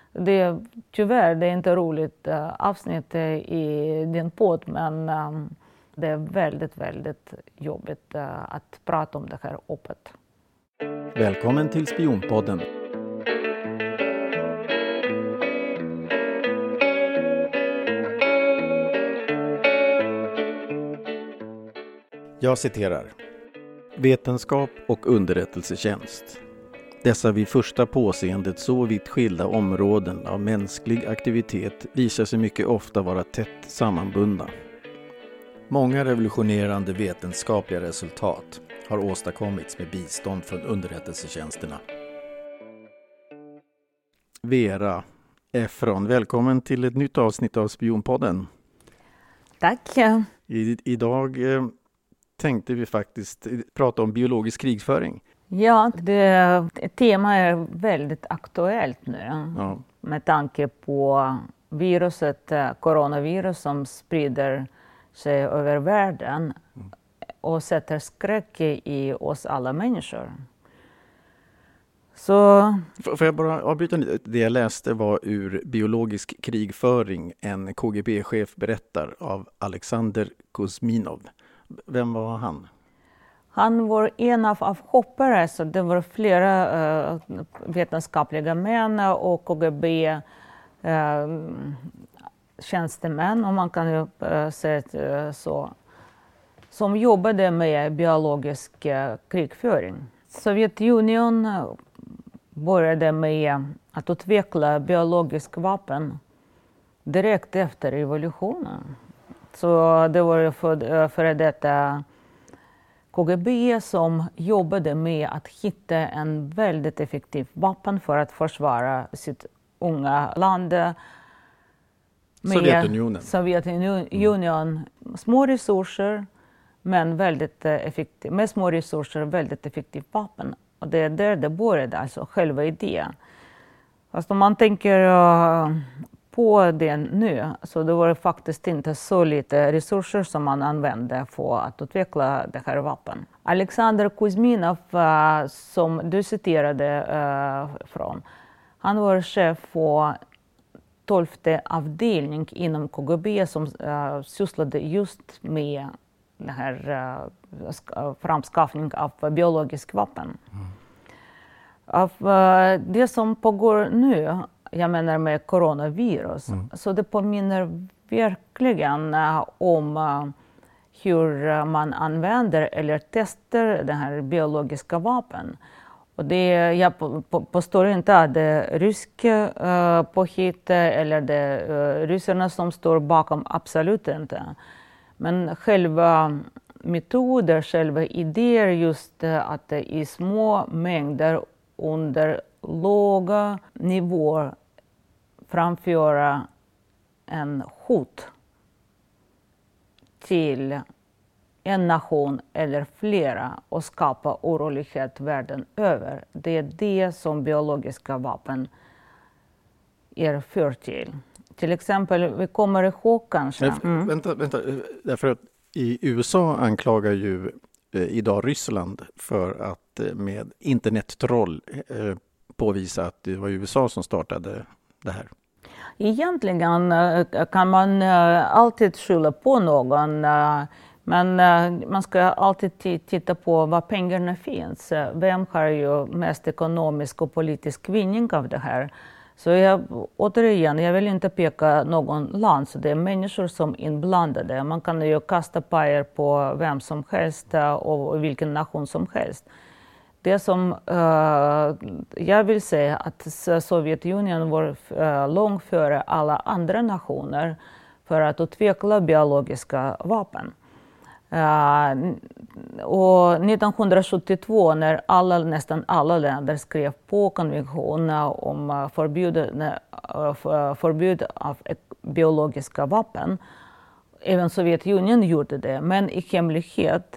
Tyvärr, det är inte roligt avsnitt i din podd, men det är väldigt, väldigt jobbigt att prata om det här öppet. Välkommen till Spionpodden. Jag citerar. Vetenskap och underrättelsetjänst. Dessa vid första påseendet så vitt skilda områden av mänsklig aktivitet visar sig mycket ofta vara tätt sammanbundna. Många revolutionerande vetenskapliga resultat har åstadkommits med bistånd från underrättelsetjänsterna. Vera Efron, välkommen till ett nytt avsnitt av Spionpodden. Tack. Idag tänkte vi faktiskt prata om biologisk krigföring. Ja, det tema är väldigt aktuellt nu med tanke på viruset, coronavirus som sprider sig över världen och sätter skräck i oss alla människor. Så... Får jag bara avbryta lite? Det jag läste var ur Biologisk krigföring, en KGB-chef berättar av Alexander Kuzminov. Vem var han? Han var en av avhoppare, så det var flera vetenskapliga män och KGB tjänstemän, om man kan ju säga så, som jobbade med biologisk krigföring. Sovjetunionen började med att utveckla biologiska vapen direkt efter revolutionen. Så det var för detta KGB som jobbade med att hitta en väldigt effektiv vapen för att försvara sitt unga land. Sovjetunionen. Små resurser, men med små resurser väldigt effektivt vapen. Och det är där det började, alltså själva idén. Fast om man tänker på det nu, så det var faktiskt inte så lite resurser som man använde för att utveckla det här vapen. Alexander Kuzminov, som du citerade från, han var chef för 12:e avdelning inom KGB som sysslade just med det här framskaffning av biologisk vapen. Av det som pågår nu, jag menar med coronavirus, så det påminner verkligen om hur man använder eller testar det här biologiska vapen. Och jag påstår inte att det är ryska påhitt eller det är ryssarna som står bakom, absolut inte. Men själva metoder, själva idéer, just att i små mängder under låga nivåer framföra en hot till en nation eller flera och skapa orolighet världen över. Det är det som biologiska vapen är för till. Till exempel, vi kommer ihåg kanske... Vänta. Därför att i USA anklagar ju idag Ryssland för att med internettroll påvisa att det var USA som startade det här. Egentligen kan man alltid skylla på någon, men man ska alltid titta på var pengarna finns. Vem har ju mest ekonomisk och politisk vinning av det här? Så jag vill inte peka någon land, så det är människor som är inblandade. Man kan ju kasta pajer på vem som helst och vilken nation som helst. Det som jag vill säga att Sovjetunionen var långt före alla andra nationer för att utveckla biologiska vapen. Och 1972 när nästan alla länder skrev på konventionen om förbud av biologiska vapen. Även Sovjetunionen gjorde det, men i hemlighet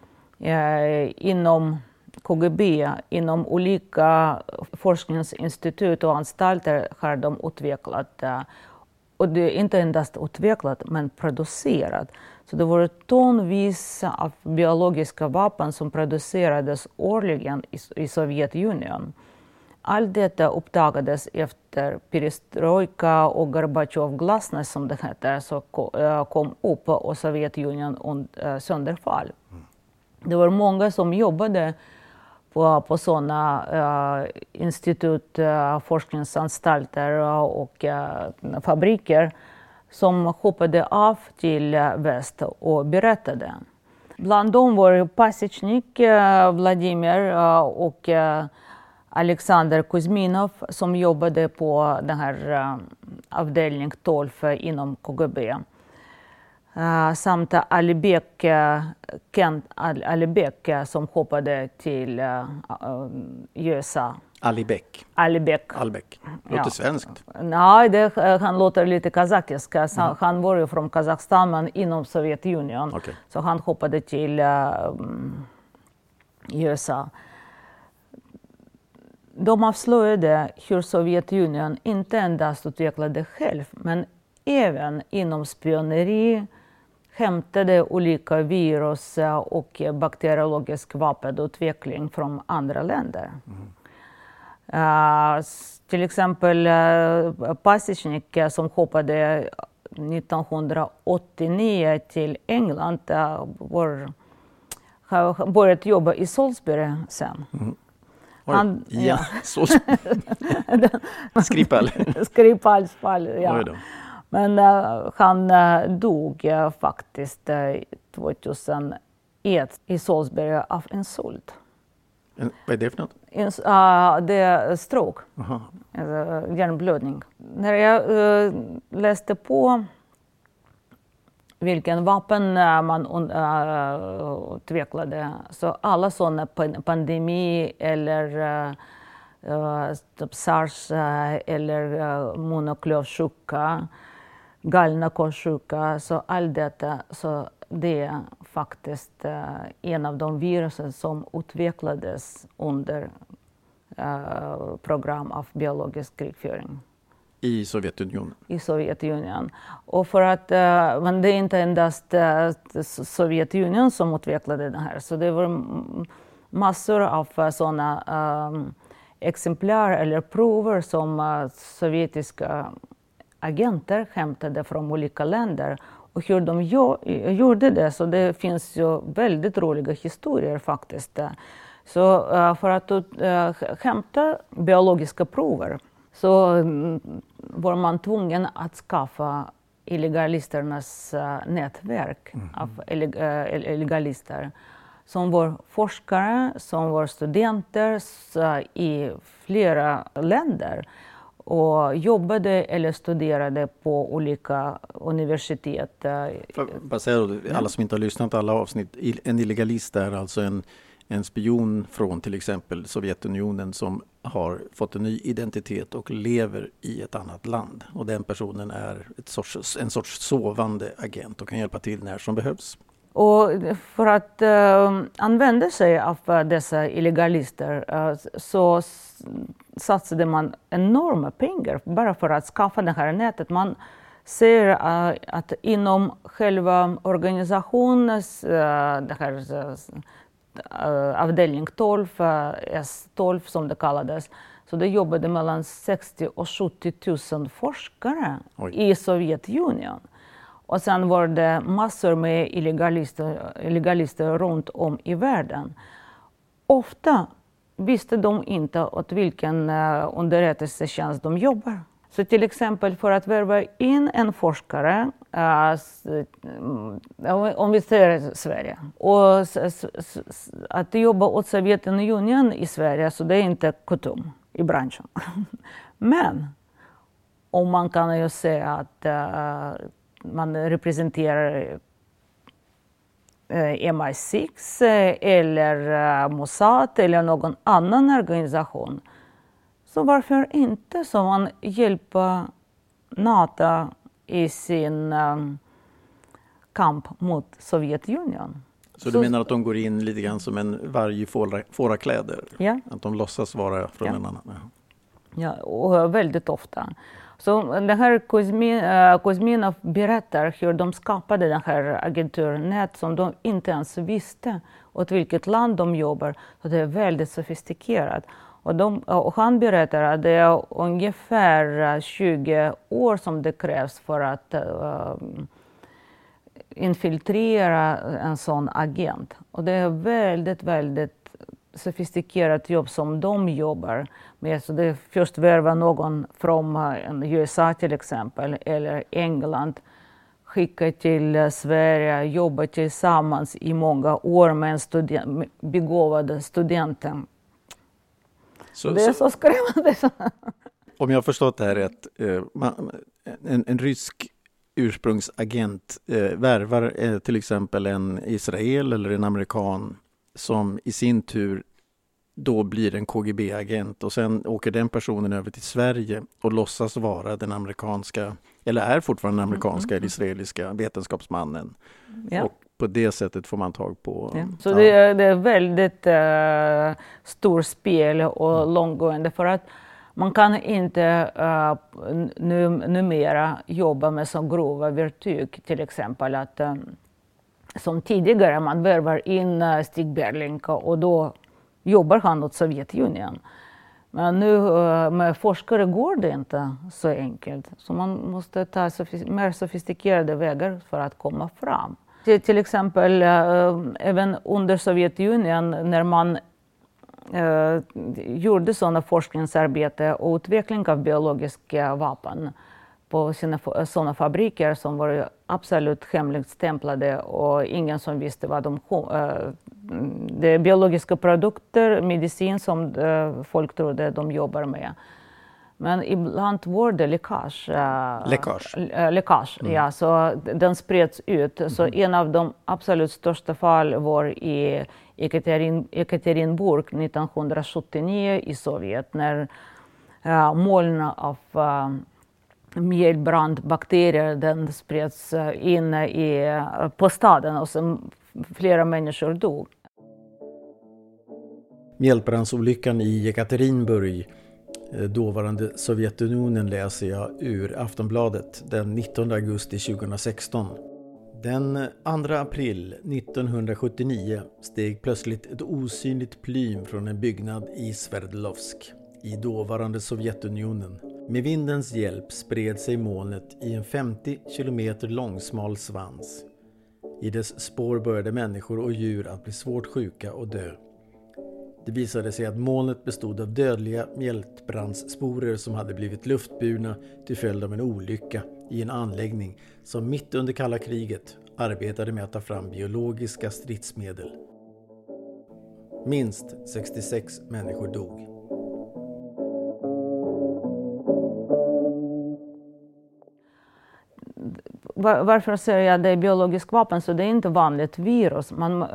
inom KGB, inom olika forskningsinstitut och anstalter har de utvecklat, och det är inte endast utvecklat men producerat. Så det var tonvis av biologiska vapen som producerades årligen i Sovjetunionen. Allt detta uppdagades efter perestrojka och Gorbatjov-glasnost som det heter, så kom upp och Sovjetunionen sönderfall. Det var många som jobbade på sådana institut, forskningsanstalter och fabriker som hoppade av till väst och berättade. Bland dem var Pasechnik, Vladimir och Alexander Kuzminov som jobbade på den här avdelning 12 inom KGB. Samt Kent Alibek som hoppade till USA. Alibek. Alibek. Låter svenskt. Nej, han låter lite kazakisk. Han var ju från Kazakstan men inom Sovjetunionen. Okay. Så han hoppade till USA. De avslöjade hur Sovjetunionen inte endast utvecklade själv men även inom spioneri hämtade olika virus och bakteriologisk vapenutveckling från andra länder. Till exempel Pasechnik som hoppade 1989 till England började jobba i Salisbury sen. Skripals fall, ja. Men han dog faktiskt 2001 i Salisbury av insult. Vad är det för något? Det är stroke, hjärnblödning. När jag läste på vilken vapen man utvecklade, så alla sådana pandemi eller SARS eller monoklövsjuka, galna ko-sjuka, så allt detta, så det är faktiskt en av de virusen som utvecklades under program av biologisk krigföring. I Sovjetunionen? I Sovjetunionen. Och för att, men det är inte endast Sovjetunionen som utvecklade det här, så det var massor av sådana exemplar eller prover som sovjetiska agenter hämtade från olika länder. Och hur de gjorde det, så det finns ju väldigt roliga historier faktiskt. Så för att hämta biologiska prover så var man tvungen att skaffa illegalisternas nätverk av illegalister som var forskare, som var studenter i flera länder och jobbade eller studerade på olika universitet. Bara säga då, alla som inte har lyssnat på alla avsnitt, en illegalist är alltså en spion från till exempel Sovjetunionen som har fått en ny identitet och lever i ett annat land. Och den personen är en sorts sovande agent och kan hjälpa till när som behövs. Och för att använda sig av dessa illegalister så satsade man enorma pengar bara för att skaffa det här nätet. Man ser att inom själva organisationens det här, avdelning 12, S12 som det kallades, så det jobbade mellan 60 och 70 000 forskare i Sovjetunionen. Och sen var det massor med illegalister runt om i världen. Ofta visste de inte åt vilken underrättelsetjänst de jobbar. Så till exempel för att värva in en forskare, om vi ser Sverige, och att jobba åt Sovjetunionen i Sverige, så det är inte kutym i branschen. Men om man kan ju säga att man representerar MI6 eller Mossad eller någon annan organisation, så varför inte så man hjälper NATO i sin kamp mot Sovjetunionen. Så du menar att de går in lite grann som en varg i fårakläder? Ja. Att de låtsas vara från en annan? Ja, och väldigt ofta. Så det här Kuzminov berättar hur de skapade den här agenturnät som de inte ens visste åt vilket land de jobbar. Så det är väldigt sofistikerat. Och han berättar att det är ungefär 20 år som det krävs för att infiltrera en sån agent. Och det är väldigt, väldigt sofistikerat jobb som de jobbar med. Så det är först värva någon från USA till exempel, eller England, skicka till Sverige, jobba tillsammans i många år med en begåvad studenten. Det är så skrämmande. Om jag har förstått det här rätt, en rysk ursprungsagent värvar till exempel en Israel eller en amerikan som i sin tur då blir en KGB-agent, och sen åker den personen över till Sverige och låtsas vara den amerikanska, eller är fortfarande den amerikanska eller israeliska vetenskapsmannen. Ja. Och på det sättet får man tag på... Ja. Så det är väldigt stort spel och långgående, för att man kan inte numera jobba med så grova verktyg, till exempel att som tidigare man värvar in Stig Berlinka och då jobbar han åt Sovjetunionen. Men nu med forskare går det inte så enkelt. Så man måste ta mer sofistikerade vägar för att komma fram. Till exempel även under Sovjetunionen, när man gjorde sådana forskningsarbete och utveckling av biologiska vapen på sådana fabriker som var absolut hemligstämplade och ingen som visste vad de det är biologiska produkter, medicin som folk trodde de jobbar med. Men ibland var det läckage. Ja, så den spreds ut. Så en av de absolut största fall var i Ekaterinburg 1979 i Sovjet, när moln av mjältbrandbakterier den spreds in på staden och sen flera människor dog. Mjältbrandsolyckan i Ekaterinburg, dåvarande Sovjetunionen, läser jag ur Aftonbladet den 19 augusti 2016. Den 2 april 1979 steg plötsligt ett osynligt plym från en byggnad i Sverdlovsk i dåvarande Sovjetunionen. Med vindens hjälp spred sig molnet i en 50 kilometer lång smal svans. I dess spår började människor och djur att bli svårt sjuka och dö. Det visade sig att molnet bestod av dödliga mjältbrandssporer som hade blivit luftburna till följd av en olycka i en anläggning som mitt under kalla kriget arbetade med att ta fram biologiska stridsmedel. Minst 66 människor dog. Varför säger jag att det är biologiskt vapen? Så det är inte vanligt virus. Man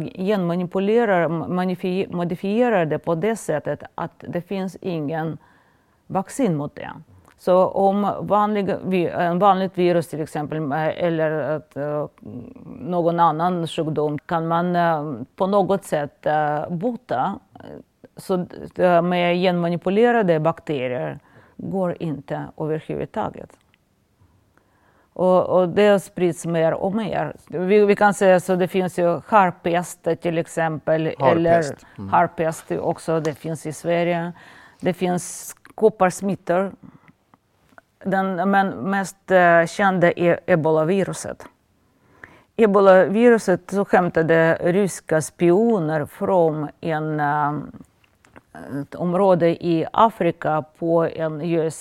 modifierar det på det sättet att det finns ingen vaccin mot det. Så om en vanligt virus till exempel, eller någon annan sjukdom, kan man på något sätt bota. Så med genmanipulerade bakterier går inte överhuvudtaget. Och det sprids mer och mer. Vi kan säga så det finns ju harpest till exempel. Harpest. Eller harpest också, det finns i Sverige. Det finns kopparsmittor. Men mest kända är ebolaviruset. Ebolaviruset så hämtade ryska spioner från ett område i Afrika på en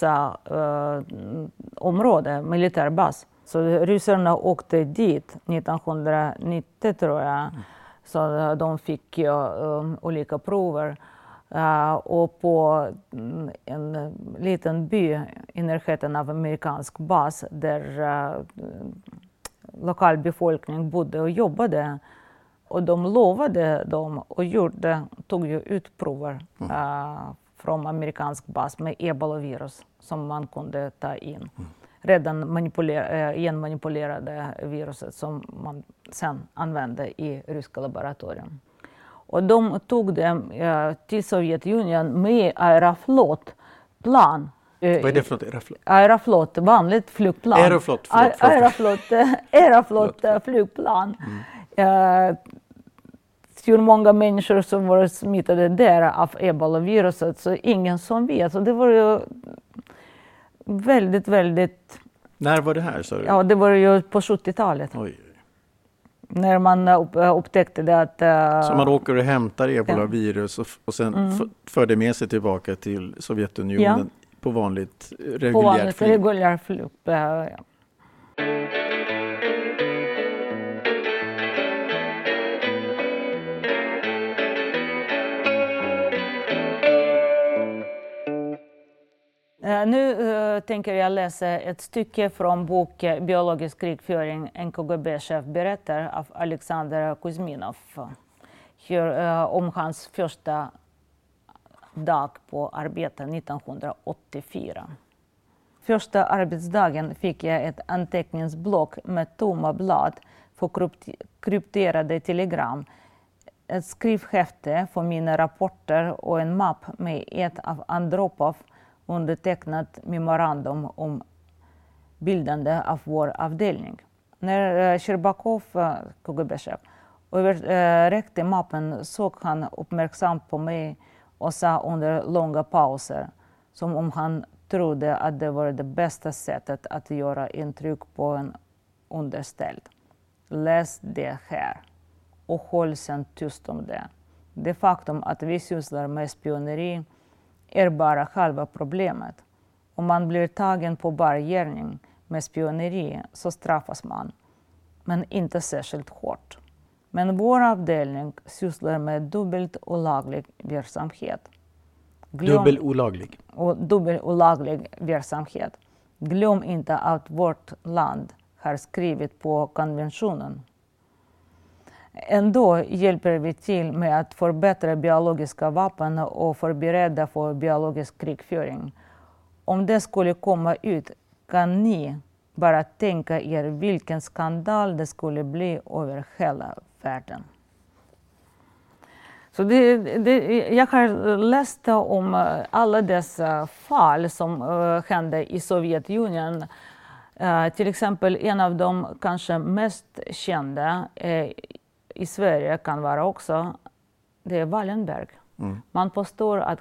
USA-område, militärbas. Så ryssarna åkte dit 1990 tror jag. Så de fick olika prover. Och på en liten by i närheten av amerikansk bas där lokalbefolkning bodde och jobbade. Och de lovade dem och tog ju ut prover från amerikansk bas med ebolavirus som man kunde ta in. Redan genmanipulerade viruset som man sen använde i ryska laboratorier. Och de tog dem till Sovjetunionen med Aeroflot-plan. Vad är det för något? Aeroflot, vanligt flygplan. Aeroflot-flygplan. hur många människor som var smittade där av ebolaviruset, så ingen som vet. Så det var ju väldigt... När var det här, sa du? Ja, det var ju på 70-talet. Oj. När man upptäckte det att... Så man åker och hämtar ebolavirus och sen för det med sig tillbaka till Sovjetunionen på vanligt reguljärt flyg. Ja. Nu tänker jag läsa ett stycke från bok Biologisk krigföring, en KGB-chef berättar av Alexander Kuzminov om hans första dag på arbete 1984. Första arbetsdagen fick jag ett anteckningsblock med tomma blad för krypterade telegram, ett skrivhäfte för mina rapporter och en mapp med ett av Andropov undertecknat memorandum om bildande av vår avdelning. När Sherbakov, KGB-chef, överräckte mappen såg han uppmärksamt på mig och sa under långa pauser, som om han trodde att det var det bästa sättet att göra intryck på en underställd. Läs det här och håll sen tyst om det. Det faktum att vi sysslar med spioneri är bara halva problemet. Om man blir tagen på bar gärning med spioneri så straffas man, men inte särskilt hårt. Men vår avdelning sysslar med dubbelt olaglig verksamhet. Dubbel olaglig verksamhet. Glöm inte att vårt land har skrivit på konventionen. Ändå hjälper vi till med att förbättra biologiska vapen och förbereda för biologisk krigföring. Om det skulle komma ut kan ni bara tänka er vilken skandal det skulle bli över hela världen. Så jag har läst om alla dessa fall som hände i Sovjetunionen. Till exempel en av de kanske mest kända i Sverige kan vara också, det är Wallenberg. Man påstår att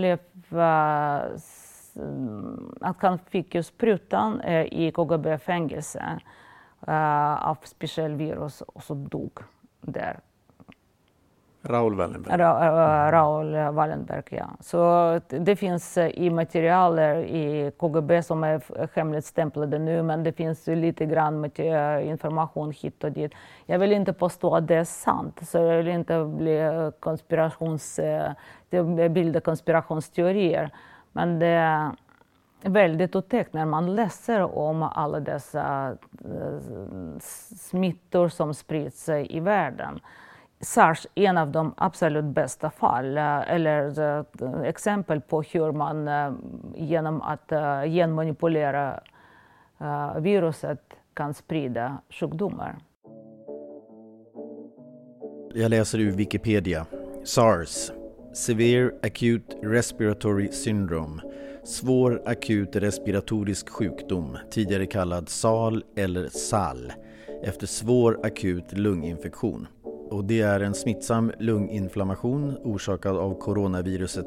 han fick ju sprutan i KGB-fängelse av specialvirus och så dog där. Raoul Wallenberg. Raoul Wallenberg, ja. Så det finns i materialer i KGB som är hemligt stämplade nu, men det finns lite grann information hit och dit. Jag vill inte påstå att det är sant, så jag vill inte bilda konspirationsteorier. Men det är väldigt otäckt när man läser om alla dessa smittor som sprids i världen. SARS är en av de absolut bästa fall, eller exempel på hur man genom att genmanipulera viruset kan sprida sjukdomar. Jag läser ur Wikipedia. SARS, Severe Acute Respiratory Syndrome, svår akut respiratorisk sjukdom, tidigare kallad SAL eller SAL, efter svår akut lunginfektion. Och det är en smittsam lunginflammation orsakad av coronaviruset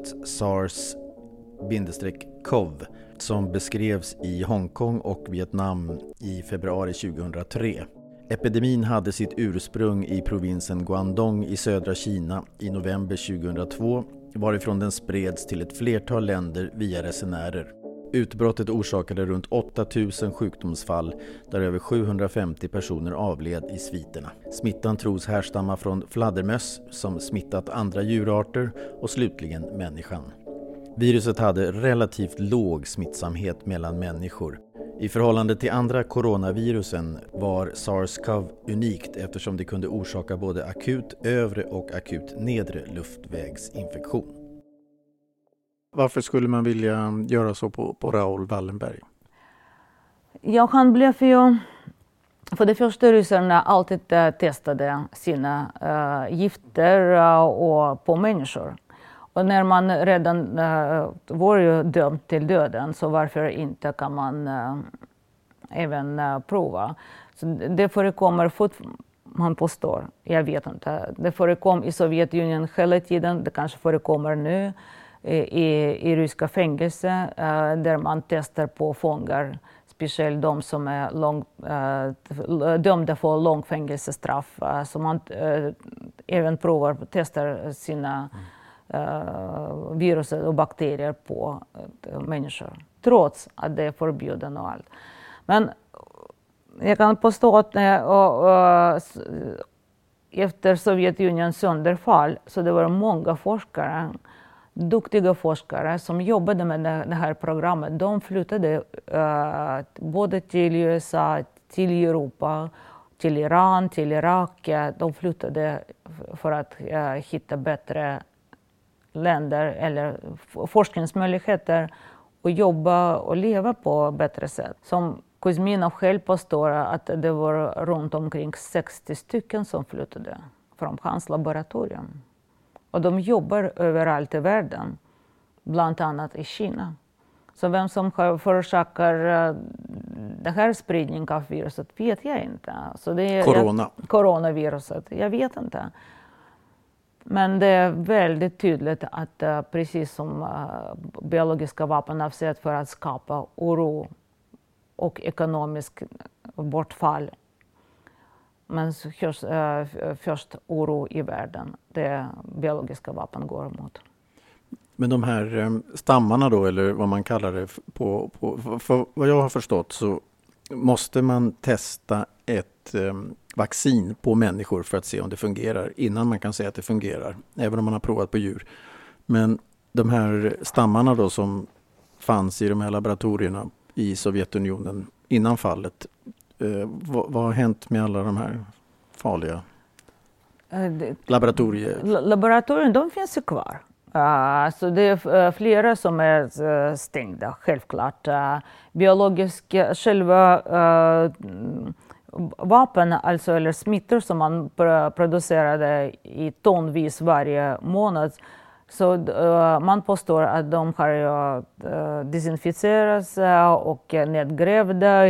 SARS-CoV som beskrevs i Hongkong och Vietnam i februari 2003. Epidemin hade sitt ursprung i provinsen Guangdong i södra Kina i november 2002, varifrån den spreds till ett flertal länder via resenärer. Utbrottet orsakade runt 8000 sjukdomsfall där över 750 personer avled i sviterna. Smittan tros härstamma från fladdermöss som smittat andra djurarter och slutligen människan. Viruset hade relativt låg smittsamhet mellan människor. I förhållande till andra coronavirusen var SARS-CoV unikt eftersom det kunde orsaka både akut övre och akut nedre luftvägsinfektion. Varför skulle man vilja göra så på Raoul Wallenberg? Ja, han blev ju... För det första ryssarna alltid testade sina gifter och på människor. Och när man redan var ju dömd till döden, så varför inte kan man även prova. Så det förekommer man påstår. Jag vet inte. Det förekom i Sovjetunionen hela tiden. Det kanske förekommer nu i ryska fängelser där man testar på fångar. Speciellt de som är dömda för lång fängelsestraff. Så man även provar och testar sina virus och bakterier på människor. Trots att det är förbjudet och allt. Men jag kan påstå att efter Sovjetunionens sönderfall så det var många forskare, duktiga forskare som jobbade med det här programmet. De flyttade både till USA, till Europa, till Iran, till Irak. De flyttade för att hitta bättre länder eller forskningsmöjligheter och jobba och leva på bättre sätt. Som Kuzminov själv påstår att det var runt omkring 60 stycken som flyttade från hans laboratorium. Och de jobbar överallt i världen, bland annat i Kina. Så vem som förorsakar den här spridningen av viruset vet jag inte. Så det är coronaviruset, jag vet inte. Men det är väldigt tydligt att precis som biologiska vapen avsett för att skapa oro och ekonomisk bortfall. Men först oro i världen, det biologiska vapen går mot. Men de här stammarna då, eller vad man kallar det, för vad jag har förstått så måste man testa ett vaccin på människor för att se om det fungerar innan man kan säga att det fungerar, även om man har provat på djur. Men de här stammarna då som fanns i de här laboratorierna i Sovjetunionen innan fallet, vad har hänt med alla de här farliga laboratorierna? De finns ju kvar. Så det är flera som är stängda, självklart. Biologiska själva vapen, alltså eller smittor som man producerade i tonvis varje månad. Så man påstår att de har desinficerats och nedgrävda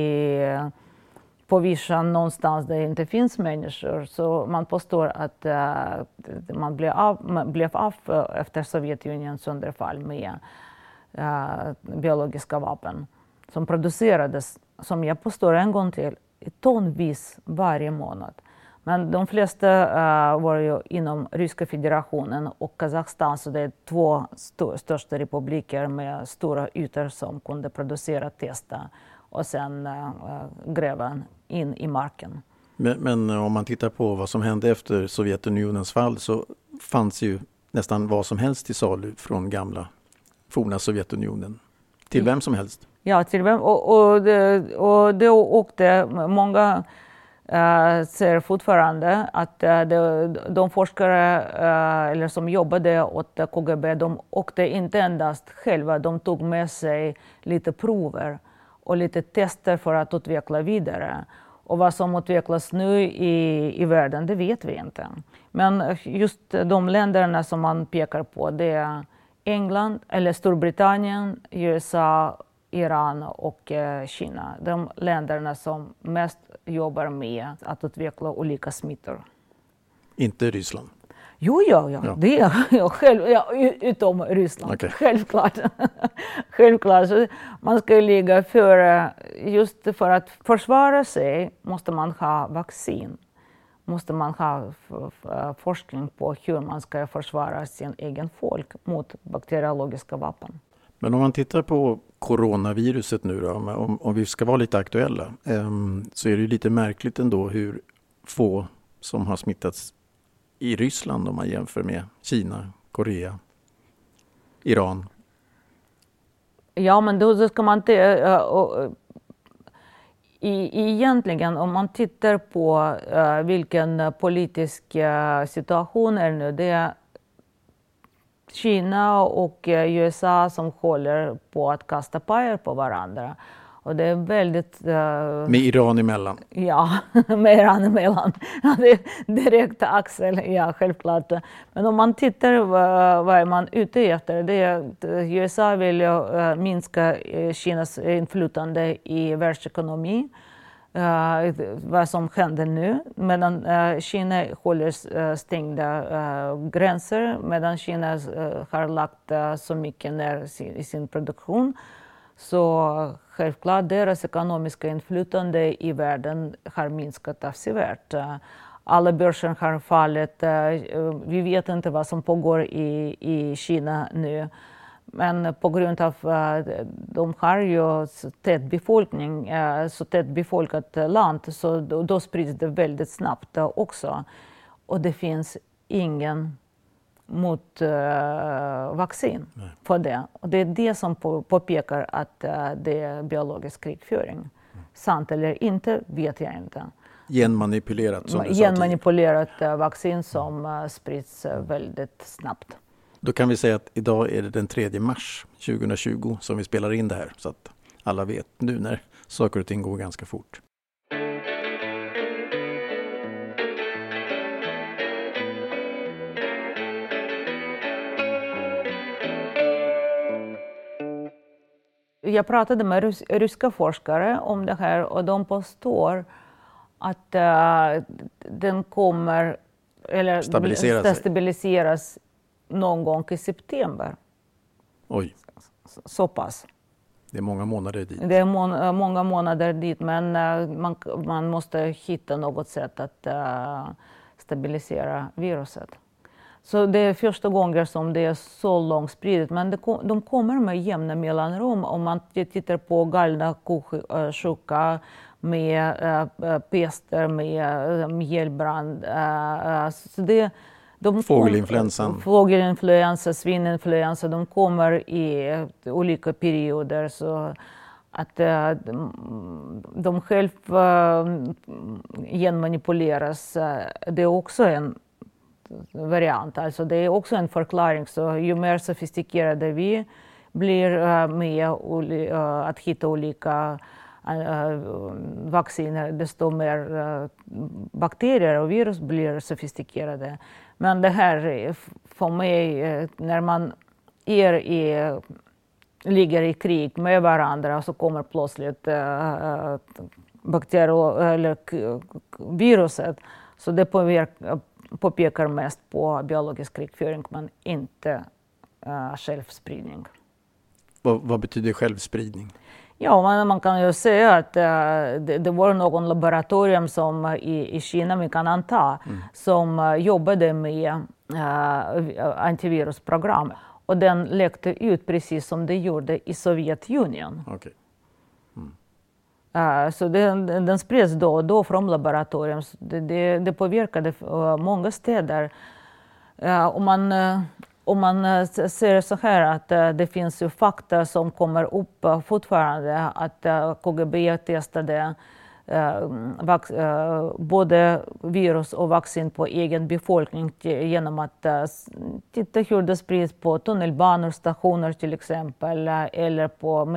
på vischan någonstans där det inte finns människor. Så man påstår att man blev av efter Sovjetunionens sönderfall med biologiska vapen som producerades, som jag påstår en gång till, tonvis varje månad. Men de flesta var ju inom Ryska federationen och Kazakstan, så det är två största republiker med stora ytor som kunde producera, testa och sen gräva in i marken. Men om man tittar på vad som hände efter Sovjetunionens fall så fanns ju nästan vad som helst till salu från forna Sovjetunionen. Till vem som helst. Ja, till vem. Och det åkte många ser fortfarande att de forskare eller som jobbade åt KGB, de åkte inte endast själva, de tog med sig lite prover och lite tester för att utveckla vidare. Och vad som utvecklas nu i världen, det vet vi inte. Men just de länderna som man pekar på, det är England, eller Storbritannien, USA, Iran och Kina. De länderna som mest jobbar med att utveckla olika smittor. Inte Ryssland? Jo, det är jag själv, utom Ryssland, okay. Självklart. Självklart. Så man ska ligga före, just för att försvara sig måste man ha vaccin. Måste man ha forskning på hur man ska försvara sin egen folk mot bakteriologiska vapen. Men om man tittar på coronaviruset nu då, om vi ska vara lite aktuella, så är det lite märkligt ändå hur få som har smittats i Ryssland om man jämför med Kina, Korea, Iran. Ja, men då ska man inte... Egentligen om man tittar på vilken politisk situation är nu, det är Kina och USA som håller på att kasta pajer på varandra. Och det är väldigt... Med Iran emellan? Ja, med Iran emellan. Det är direkt axel, ja självklart. Men om man tittar vad är man ute efter, det är att USA vill minska Kinas inflytande i världsekonomin. vad som händer nu. Medan Kina håller stängda gränser, medan Kina har lagt så mycket ner i sin produktion. Så självklart deras ekonomiska inflytande i världen har minskat avsevärt. Alla börser har fallit. Vi vet inte vad som pågår i Kina nu. Men på grund av att de har ju tät befolkning, så tätt befolkat land, så då sprids det väldigt snabbt också. Och det finns ingen vaccin för det. Och det är det som påpekar att det är biologisk krigföring. Sant eller inte vet jag inte. Genmanipulerat som du sa. Genmanipulerat vaccin som sprids väldigt snabbt. Då kan vi säga att idag är det den 3 mars 2020 som vi spelar in det här, så att alla vet nu när saker och ting går ganska fort. Jag pratade med ryska forskare om det här och de påstår att den kommer stabiliseras någon gång i september. Oj. Så pass. Det är många månader dit. Det är många månader dit, men man måste hitta något sätt att stabilisera viruset. Så det är första gången som det är så långt spridigt, men de kommer med jämna mellanrum. Om man tittar på galna ko-sjuka med pester, med mjällbrand. Fågelinfluensa, svininfluensa, de kommer i olika perioder. Så att de själva genmanipuleras, det är också en variant. Alltså det är också en förklaring. Så ju mer sofistikerade vi blir med att hitta olika vacciner, desto mer bakterier och virus blir sofistikerade. Men det här för mig, när man ligger i krig med varandra, så kommer plötsligt bakterier eller viruset. Så det påpekar mest på biologisk krigföring, men inte självspridning. Vad betyder självspridning? Ja, man kan ju säga att det var någon laboratorium som i Kina, vi kan anta, som jobbade med antivirusprogram. Och den läckte ut precis som det gjorde i Sovjetunionen. Okay. Så den spreds då och då från laboratorium. Det påverkade många städer. Om man ser så här att det finns ju fakta som kommer upp fortfarande, att KGB testade både virus och vaccin på egen befolkning genom att titta hur det sprids på tunnelbanor, stationer till exempel, eller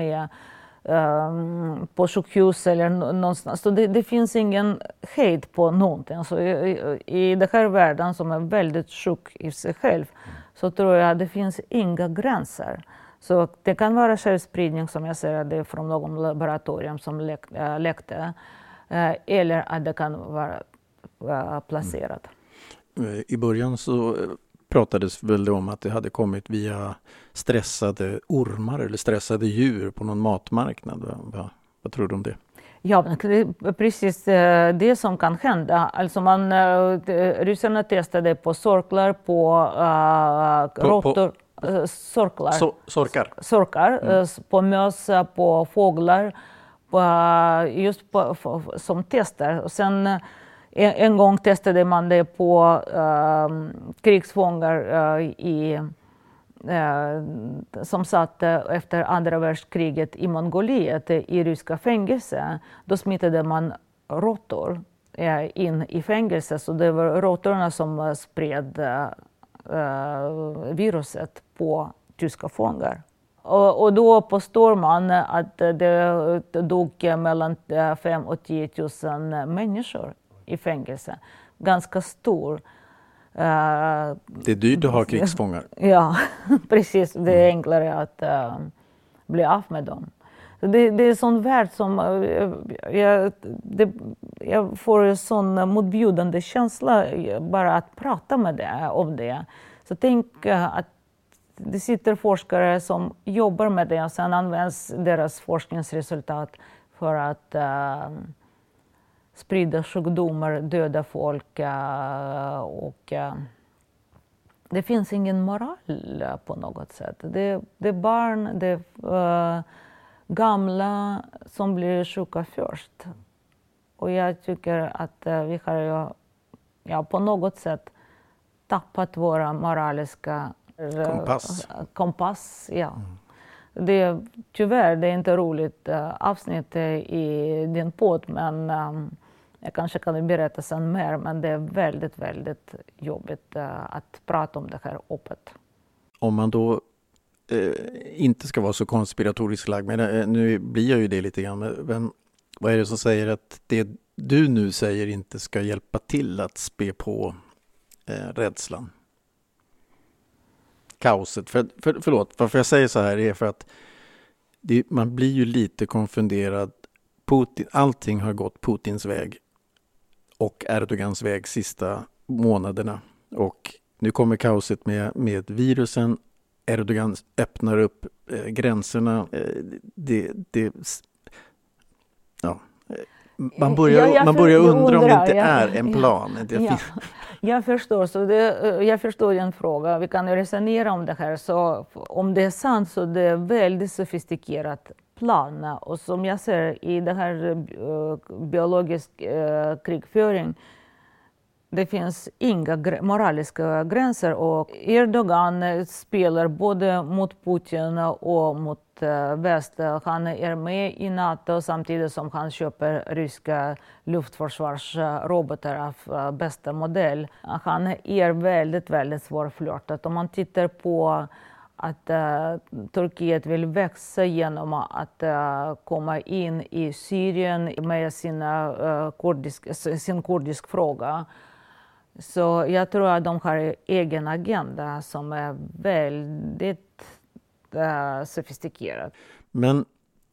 på sjukhus eller någonstans. Så det finns ingen hejd på någonting. Så i den här världen som är väldigt sjuk i sig själv, så tror jag att det finns inga gränser. Så det kan vara självspridning, som jag säger, det är från någon laboratorium som läckte, eller att det kan vara placerat. I början så pratades väl om att det hade kommit via stressade ormar eller stressade djur på någon matmarknad. Vad tror du om det? Ja, precis det som kan hända. Alltså ryssarna testade på sorklar, på råttor, sorkar, på möss, på fåglar, som tester. Och sen en gång testade man det på krigsfångar som satt efter andra världskriget i Mongoliet i ryska fängelse. Då smittade man råttor in i fängelse, så det var råttorna som spred viruset på tyska fångar. Och då påstår man att det dog mellan 5 och 10 000 människor i fängelse. Ganska stor. Det är dyrt att ha krigsfångar. Ja, precis. Det är enklare att bli av med dem. Det är en sån värld som jag får en sån motbjudande känsla bara att prata med det, om det. Så tänk att det sitter forskare som jobbar med det och sen används deras forskningsresultat för att sprida sjukdomar, döda folk och det finns ingen moral på något sätt. Det är barn, det är gamla som blir sjuka först. Och jag tycker att vi har på något sätt tappat våra moraliska kompass. Ja. Tyvärr, det är inte roligt avsnitt i din podd, men jag kanske kan berätta sen mer, men det är väldigt, väldigt jobbigt att prata om det här öppet. Om man då inte ska vara så konspiratoriskt lagd, men nu blir jag ju det lite grann, men vad är det som säger att det du nu säger inte ska hjälpa till att spä på rädslan? Kaoset. Förlåt, varför jag säger så här är för att man blir ju lite konfunderad. Allting har gått Putins väg och Erdogans väg sista månaderna. Och nu kommer kaoset med virusen. Erdogan öppnar upp gränserna. Man börjar undra om det inte är en plan. Jag förstår, jag förstår din fråga. Vi kan resonera om det här. Så om det är sant så det är väldigt sofistikerat plan. Och som jag ser i det här biologisk krigföring, det finns inga moraliska gränser och Erdogan spelar både mot Putin och mot väst. Han är med i NATO samtidigt som han köper ryska luftförsvarsrobotar av bästa modell. Han är väldigt, väldigt svårflörtad. Om man tittar på att Turkiet vill växa genom att komma in i Syrien med sin kurdisk fråga. Så jag tror att de har en egen agenda som är väldigt sofistikerad. Men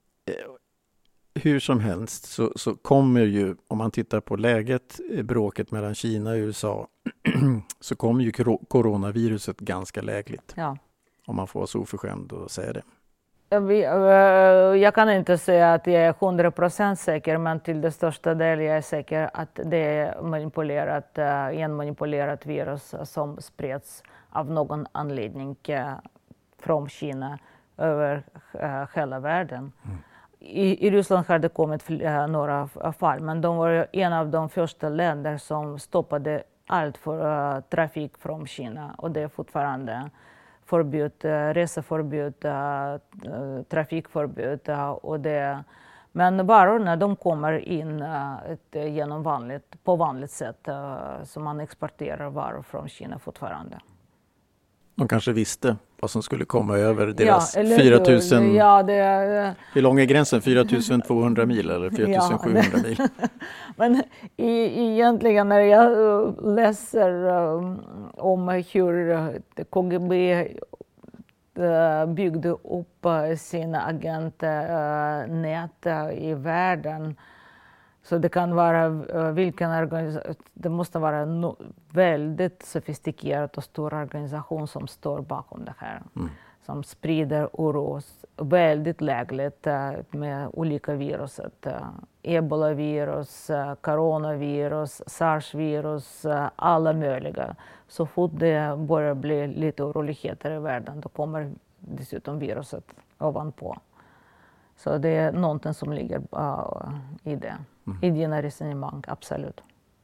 hur som helst så kommer ju, om man tittar på läget, bråket mellan Kina och USA, så kommer ju coronaviruset ganska lägligt. Ja. Om man får vara så oförskämd och säga det. Jag kan inte säga att jag är 100% säker, men till det största del jag är säker att det är en manipulerat virus som spreds av någon anledning från Kina över hela världen. I Ryssland har det kommit några fall, men de var en av de första länder som stoppade allt för trafik från Kina, och det är fortfarande förbud, reseförbud, trafikförbud och det. Men varorna de kommer in på vanligt sätt, så man exporterar varor från Kina fortfarande. De kanske visste vad som skulle komma över deras 4000. Ja, hur lång är gränsen? 4200 mil eller 4700 mil? Men egentligen när jag läser om hur KGB byggde upp sina agentnät i världen, så det kan vara vilken organisation, det måste vara en väldigt sofistikerad och stor organisation som står bakom det här. Som sprider oro väldigt lägligt med olika virus. Ebola-virus, coronavirus, sars-virus, alla möjliga. Så fort det börjar bli lite oroligheter i världen, då kommer dessutom viruset ovanpå. Så det är någonting som ligger i det. I dina resonemang, absolut.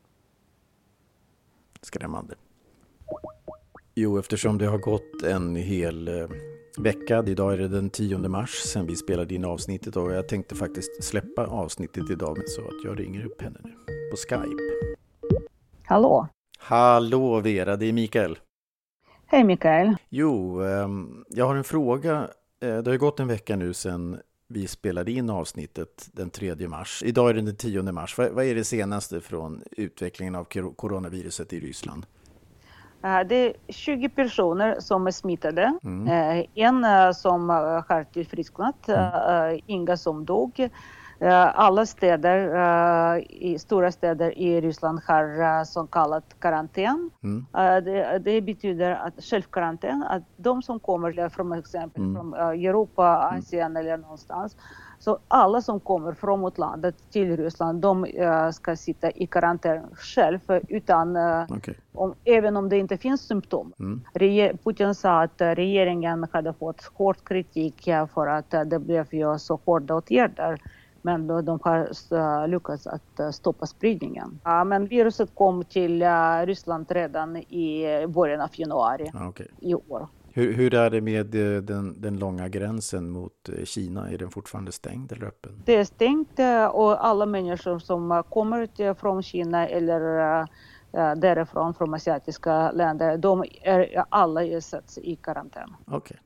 Skrämmande. Jo, eftersom det har gått en hel vecka. Idag är det den 10 mars sen vi spelade in avsnittet, och jag tänkte faktiskt släppa avsnittet idag, så att jag ringer upp henne nu på Skype. Hallå? Hallå Vera, det är Mikael. Hej Mikael. Jo, jag har en fråga. Det har ju gått en vecka nu sen vi spelade in avsnittet den 3 mars. Idag är det den 10 mars. Vad är det senaste från utvecklingen av coronaviruset i Ryssland? Det är 20 personer som är smittade. En som har tillfrisknat, inga som dog. Alla städer, i stora städer i Ryssland har så kallat karantän. Det betyder att självkarantän, att de som kommer från exempel från Europa, Asien eller någonstans, så alla som kommer från utlandet till Ryssland, de ska sitta i karantän själv utan, även om det inte finns symptom. Putin sa att regeringen hade fått hård kritik för att det blev ju så hårda åtgärder. Men de har lyckats att stoppa spridningen. Men viruset kom till Ryssland redan i början av januari i år. Hur är det med den långa gränsen mot Kina? Är den fortfarande stängd eller öppen? Det är stängt och alla människor som kommer från Kina eller därifrån, från asiatiska länder, de är alla satts i karantän. Okej.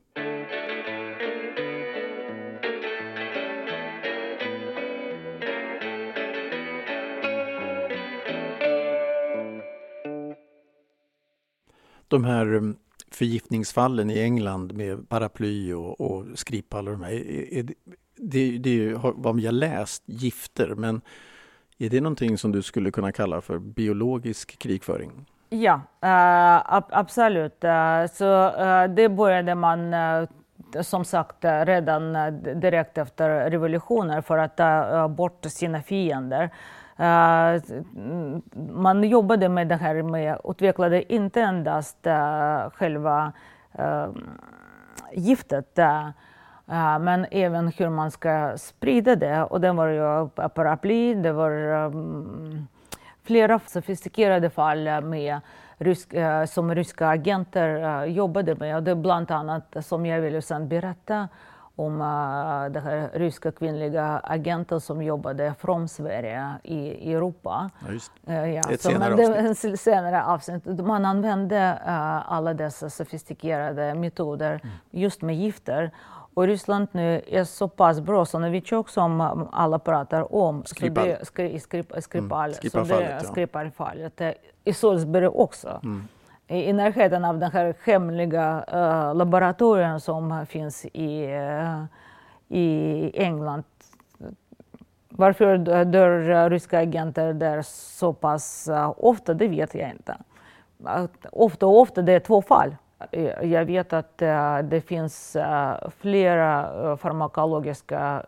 De här förgiftningsfallen i England med paraply och Skripal och de här, det är vad vi har läst, gifter, men är det någonting som du skulle kunna kalla för biologisk krigföring? Ja, absolut. Så det började man som sagt redan direkt efter revolutionen för att ta bort sina fiender. Man jobbade med det här med utvecklade inte endast själva giftet men även hur man ska sprida det. Och det var ju paraply, det var flera sofistikerade fall med som ryska agenter jobbade med. Och det är bland annat som jag vill sen berätta om det här ryska kvinnliga agenter som jobbade från Sverige i Europa. Ja, just. Ett senare avsnitt. Man använde alla dessa sofistikerade metoder just med gifter. Och Ryssland nu är så pass bra så Novichok som alla pratar om. Skripal-fallet. I Salisbury också. I närheten av den här hemliga laboratorien som finns i England. Varför dör ryska agenter där så pass ofta, det vet jag inte. Ofta det är 2 fall. Jag vet att det finns flera farmakologiska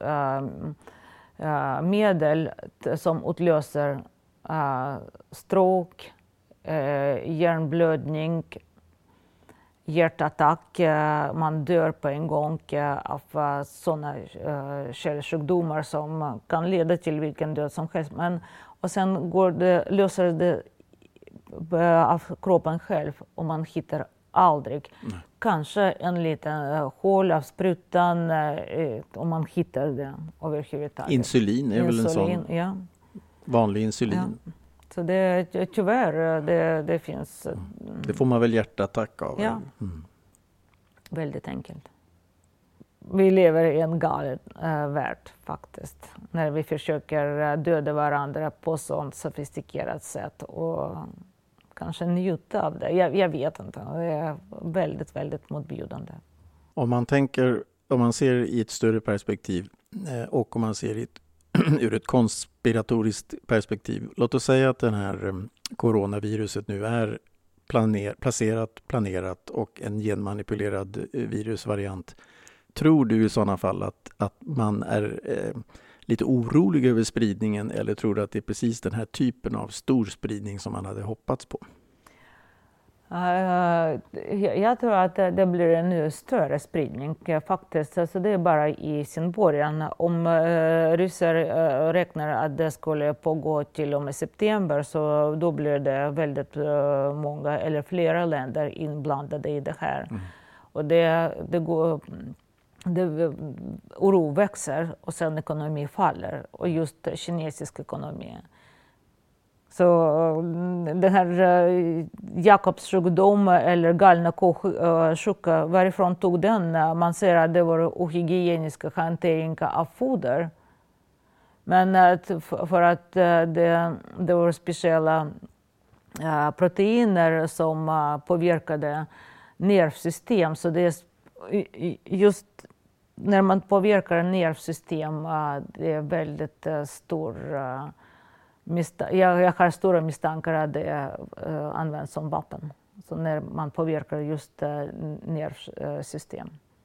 medel som utlöser stroke, hjärnblödning, hjärtattack. Man dör på en gång av sådana kärlsjukdomar som kan leda till vilken död som helst. Och sen löser det av kroppen själv och man hittar aldrig. Kanske en liten hål av sprutan om man hittar det överhuvudtaget. Insulin är väl en sån vanlig insulin. Ja. Så det tyvärr det finns. Det får man väl hjärtattack av? Ja, väldigt enkelt. Vi lever i en galen värld faktiskt. När vi försöker döda varandra på sånt sofistikerat sätt och kanske njuta av det. Jag vet inte. Det är väldigt, väldigt motbjudande. Om man ser i ett större perspektiv och om man ser ur ett konspiratoriskt perspektiv. Låt oss säga att den här coronaviruset nu är planerat och en genmanipulerad virusvariant. Tror du i sådana fall att man är lite orolig över spridningen eller tror du att det är precis den här typen av stor spridning som man hade hoppats på? Jag tror att det blir en större spridning faktiskt. Alltså det är bara i sin början. Om ryssar räknar att det skulle pågå till och med september så då blir det väldigt många eller flera länder inblandade i det här. Och oro växer och sen ekonomi faller och just kinesisk ekonomi. Så den här Jakobs sjukdom eller galna ko-sjuka, varifrån tog den? Man säger att det var ohygienisk hantering av foder. Men för att det var speciella proteiner som påverkade nervsystem. Så det är just när man påverkar nervsystem, det är väldigt stor jag har stora misstankar att det används som vapen. Så när man påverkar just nervsystem.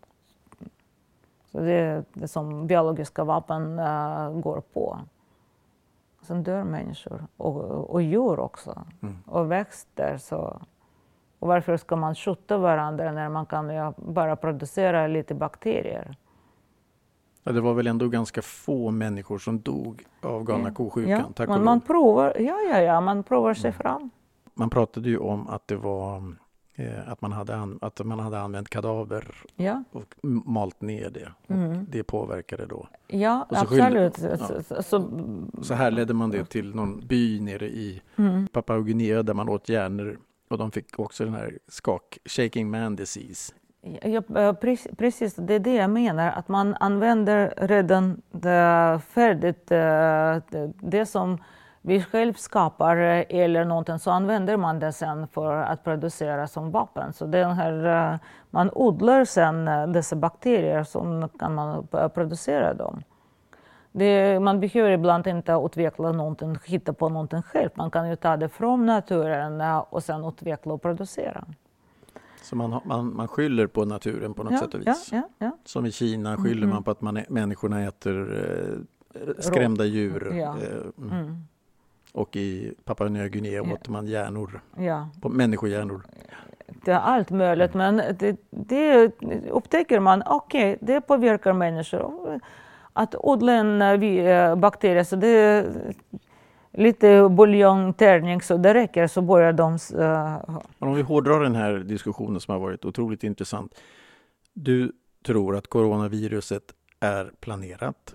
Så det är det som biologiska vapen går på. Sen dör människor och djur också. Och växter. Så. Och varför ska man skjuta varandra när man kan bara producera lite bakterier? Ja, det var väl ändå ganska få människor som dog av galna ko-sjukan. Tack och man provar, man provar sig fram. Man pratade ju om att det var att man hade använt kadaver och malt ner det. Och det påverkade då. Ja, absolut. Så här ledde man det till någon by nere i Papua Nya Guinea där man åt hjärnor. Och de fick också den här shaking man disease. Ja, precis, det är det jag menar. Att man använder redan det färdigt, det som vi själv skapar eller någonting, så använder man det sen för att producera som vapen. Så den här, man odlar sen dessa bakterier som kan man producera dem. Man behöver ibland inte utveckla någonting, hitta på någonting själv. Man kan ju ta det från naturen och sen utveckla och producera. Så man skyller på naturen på något sätt och vis. Ja. Som i Kina skyller man på att människorna äter skrämda djur. Och i Papua Nya Guinea åt man hjärnor, på människohjärnor. Det är allt möjligt, men det upptäcker man, det påverkar människor. Att odla en bakterie, så det är lite buljongtärning, så det räcker, så börjar de... Om vi hårdrar den här diskussionen som har varit otroligt intressant. Du tror att coronaviruset är planerat,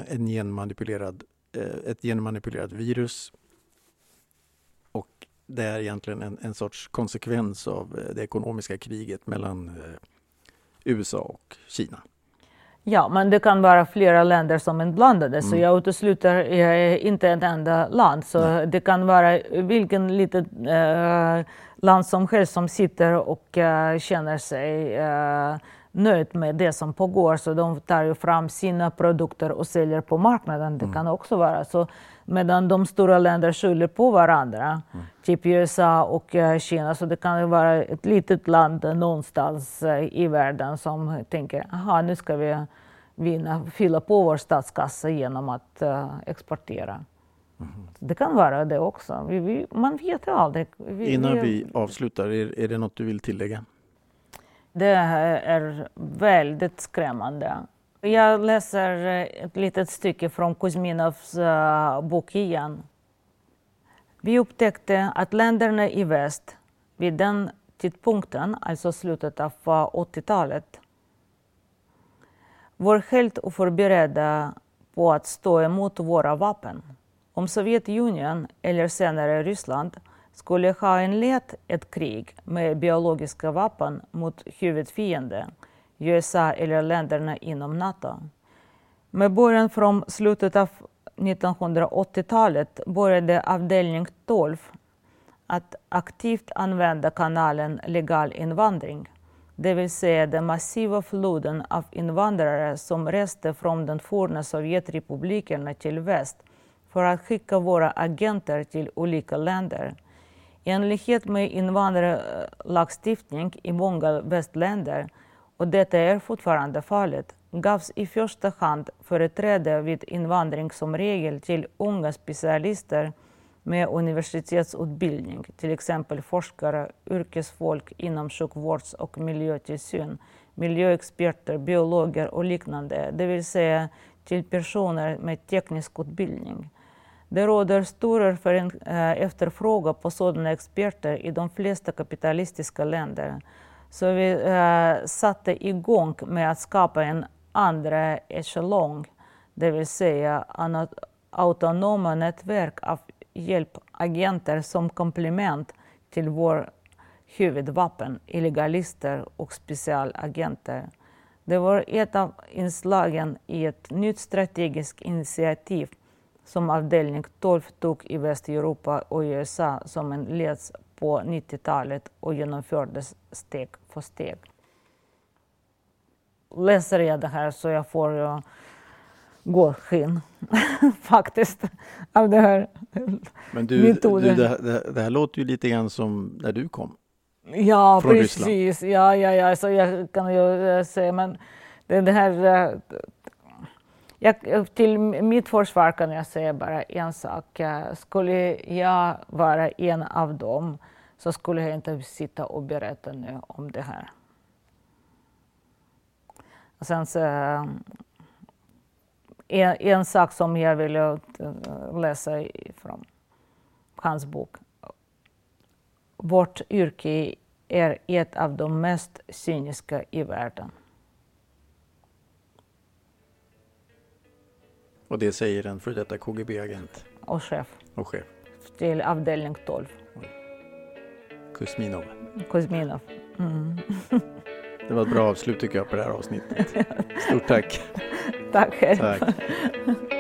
ett genmanipulerat virus, och det är egentligen en sorts konsekvens av det ekonomiska kriget mellan USA och Kina. Ja, men det kan vara flera länder som är inblandade, så jag utesluter inte ett enda land. Så det kan vara vilken litet land som helst som sitter och känner sig nöjd med det som pågår. Så de tar ju fram sina produkter och säljer på marknaden. Det kan också vara så. Medan de stora länderna skyller på varandra, typ USA och Kina. Så det kan ju vara ett litet land någonstans i världen som tänker, nu ska vi fylla på vår statskassa genom att exportera. Det kan vara det också. Man vet aldrig. Innan vi avslutar, är det något du vill tillägga? Det är väldigt skrämmande. Jag läser ett litet stycke från Kuzminovs bok igen. Vi upptäckte att länderna i väst vid den tidpunkten, alltså slutet av 80-talet, var helt oförberedda på att stå emot våra vapen. Om Sovjetunionen eller senare Ryssland skulle ha inlett ett krig med biologiska vapen mot huvudfienden, USA eller länderna inom NATO. Med början från slutet av 1980-talet började avdelning 12 att aktivt använda kanalen legal invandring, det vill säga den massiva floden av invandrare som reste från de forna Sovjetrepublikerna till väst för att skicka våra agenter till olika länder. I enlighet med invandrarlagstiftning i många västländer, och detta är fortfarande fallet, gavs i första hand företräde vid invandring som regel till unga specialister med universitetsutbildning, till exempel forskare, yrkesfolk inom sjukvårds- och miljötillsyn, miljöexperter, biologer och liknande, det vill säga till personer med teknisk utbildning. Det råder stor efterfrågan på sådana experter i de flesta kapitalistiska länder. Så vi satte igång med att skapa en andra echelong, det vill säga autonoma nätverk av hjälpagenter som komplement till vår huvudvapen, illegalister och specialagenter. Det var ett av inslagen i ett nytt strategiskt initiativ som avdelning 12 tog i Västeuropa och USA som en leds på 90-talet och genomfördes steg för steg. Läser jag det här så jag får gå skinn faktiskt av det här Men metoden. Det här låter ju lite grann som när du kom. Ja, från precis. Ja, så jag kan ju säga, men det här... till mitt försvar kan jag säga bara en sak. Skulle jag vara en av dem så skulle jag inte sitta och berätta nu om det här. Och sen så, en sak som jag vill läsa från hans bok. Vårt yrke är ett av de mest cyniska i världen. Och det säger en för detta KGB-agent. Och chef. Och chef. Till avdelning 12. Kuzminov. Kuzminov. Mm. Det var ett bra avslut tycker jag på det här avsnittet. Stort tack. Tack själv. Tack.